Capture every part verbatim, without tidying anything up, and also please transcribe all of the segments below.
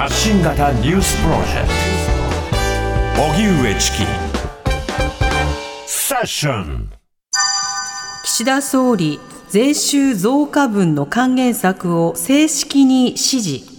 発信型ニュースプロジェクト荻上チキセッション。 岸田総理、税収増加分の還元策を正式に指示。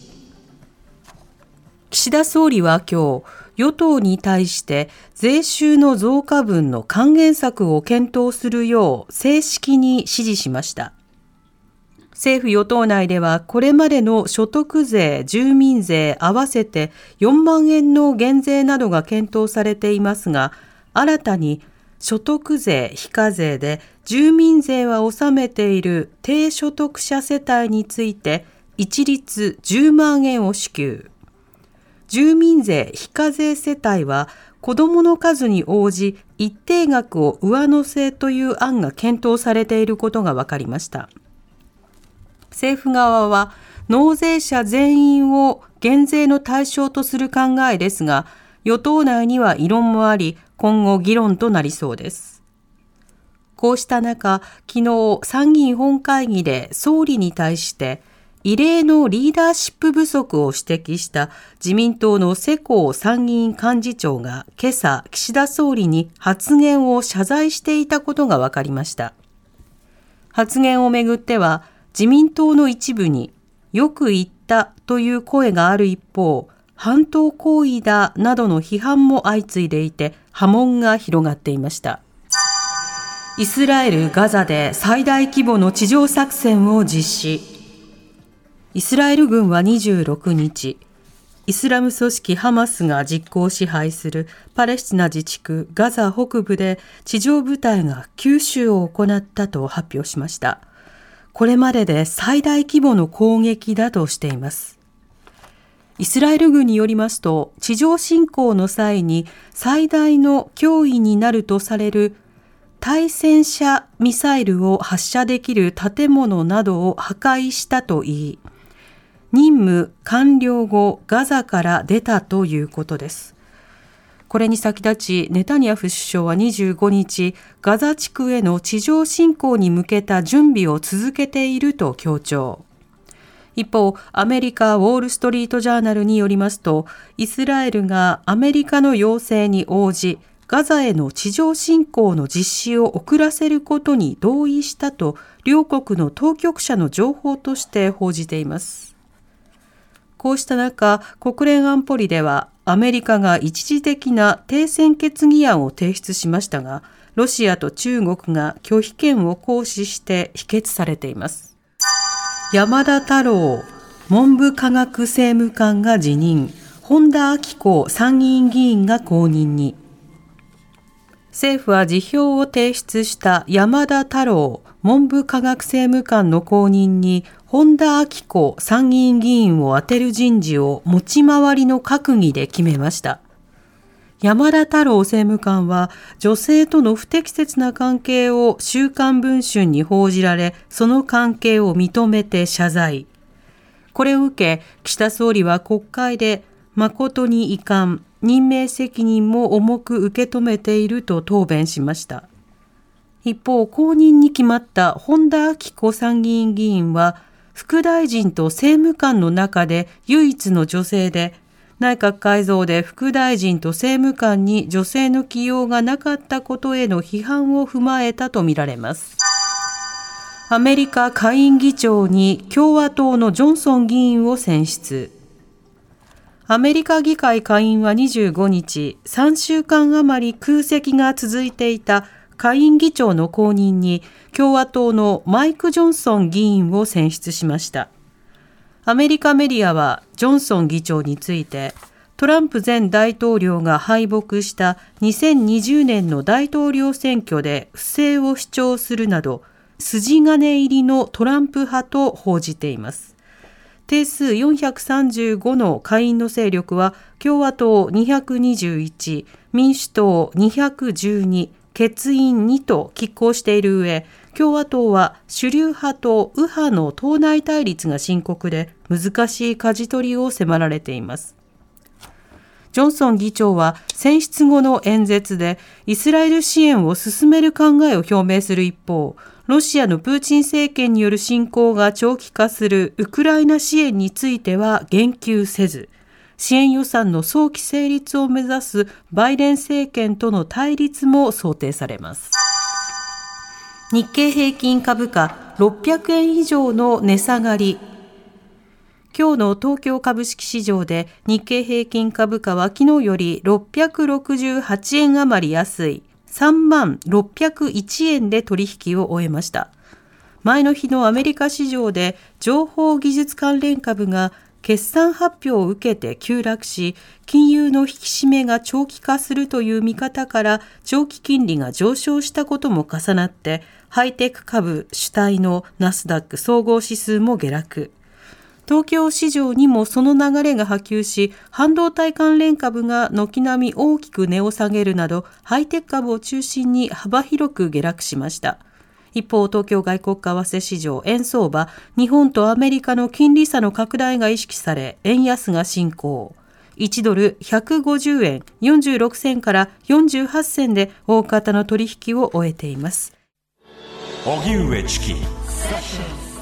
岸田総理は今日、与党に対して税収の増加分の還元策を検討するよう正式に指示しました。政府与党内ではこれまでの所得税、住民税合わせてよんまんえんの減税などが検討されていますが、新たに所得税非課税で住民税は納めている低所得者世帯について一律じゅうまんえんを支給。住民税非課税世帯は子どもの数に応じ一定額を上乗せという案が検討されていることが分かりました。政府側は納税者全員を減税の対象とする考えですが、与党内には異論もあり、今後議論となりそうです。こうした中、昨日参議院本会議で総理に対して異例のリーダーシップ不足を指摘した自民党の世耕参議院幹事長が今朝岸田総理に発言を謝罪していたことが分かりました。発言をめぐっては自民党の一部によく言ったという声がある一方、反党行為だなどの批判も相次いでいて波紋が広がっていました。イスラエル・ガザで最大規模の地上作戦を実施。イスラエル軍はにじゅうろくにち、イスラム組織ハマスが実効支配するパレスチナ自治区ガザ北部で地上部隊が急襲を行ったと発表しました。これまでで最大規模の攻撃だとしています。イスラエル軍によりますと、地上侵攻の際に最大の脅威になるとされる対戦車ミサイルを発射できる建物などを破壊したといい、任務完了後ガザから出たということです。これに先立ち、ネタニヤフ首相はにじゅうごにち、ガザ地区への地上侵攻に向けた準備を続けていると強調。一方、アメリカウォールストリートジャーナルによりますと、イスラエルがアメリカの要請に応じ、ガザへの地上侵攻の実施を遅らせることに同意したと、両国の当局者の情報として報じています。こうした中、国連安保理では、アメリカが一時的な停戦決議案を提出しましたが、ロシアと中国が拒否権を行使して否決されています。山田太郎文部科学政務官が辞任、本田顕子参議院議員が後任に。政府は辞表を提出した山田太郎文部科学政務官の後任に本田顕子参議院議員を充てる人事を持ち回りの閣議で決めました。山田太郎政務官は女性との不適切な関係を週刊文春に報じられ、その関係を認めて謝罪。これを受け、岸田総理は国会で誠に遺憾、任命責任も重く受け止めていると答弁しました。一方、後任に決まった本田顕子参議院議員は、副大臣と政務官の中で唯一の女性で、内閣改造で副大臣と政務官に女性の起用がなかったことへの批判を踏まえたとみられます。アメリカ下院議長に共和党のジョンソン議員を選出。アメリカ議会下院はにじゅうごにち、さんしゅうかん余り空席が続いていた下院議長の後任に共和党のマイク・ジョンソン議員を選出しました。アメリカメディアはジョンソン議長について、トランプ前大統領が敗北したにせんにじゅうねんの大統領選挙で不正を主張するなど、筋金入りのトランプ派と報じています。定数よんひゃくさんじゅうごの下院の勢力は共和党にひゃくにじゅういち、民主党にひゃくじゅうに、欠員にと拮抗している上、共和党は主流派と右派の党内対立が深刻で難しい舵取りを迫られています。ジョンソン議長は選出後の演説でイスラエル支援を進める考えを表明する一方、ロシアのプーチン政権による侵攻が長期化するウクライナ支援については言及せず、 支援予算の早期成立を目指すバイデン政権との対立も想定されます。日経平均株価ろっぴゃくえん以上の値下がり。今日の東京株式市場で日経平均株価は昨日よりろっぴゃくろくじゅうはちえん余り安いさんまんろっぴゃくいちえんで取引を終えました。前の日のアメリカ市場で情報技術関連株が決算発表を受けて急落し、金融の引き締めが長期化するという見方から長期金利が上昇したことも重なって、ハイテク株主体のナスダック総合指数も下落。東京市場にもその流れが波及し、半導体関連株が軒並み大きく値を下げるなど、ハイテク株を中心に幅広く下落しました。一方、東京外国為替市場円相場、日本とアメリカの金利差の拡大が意識され、円安が進行。いちドルひゃくごじゅうえんよんじゅうろくせんからよんじゅうはちせんで大方の取引を終えています。 荻上チキ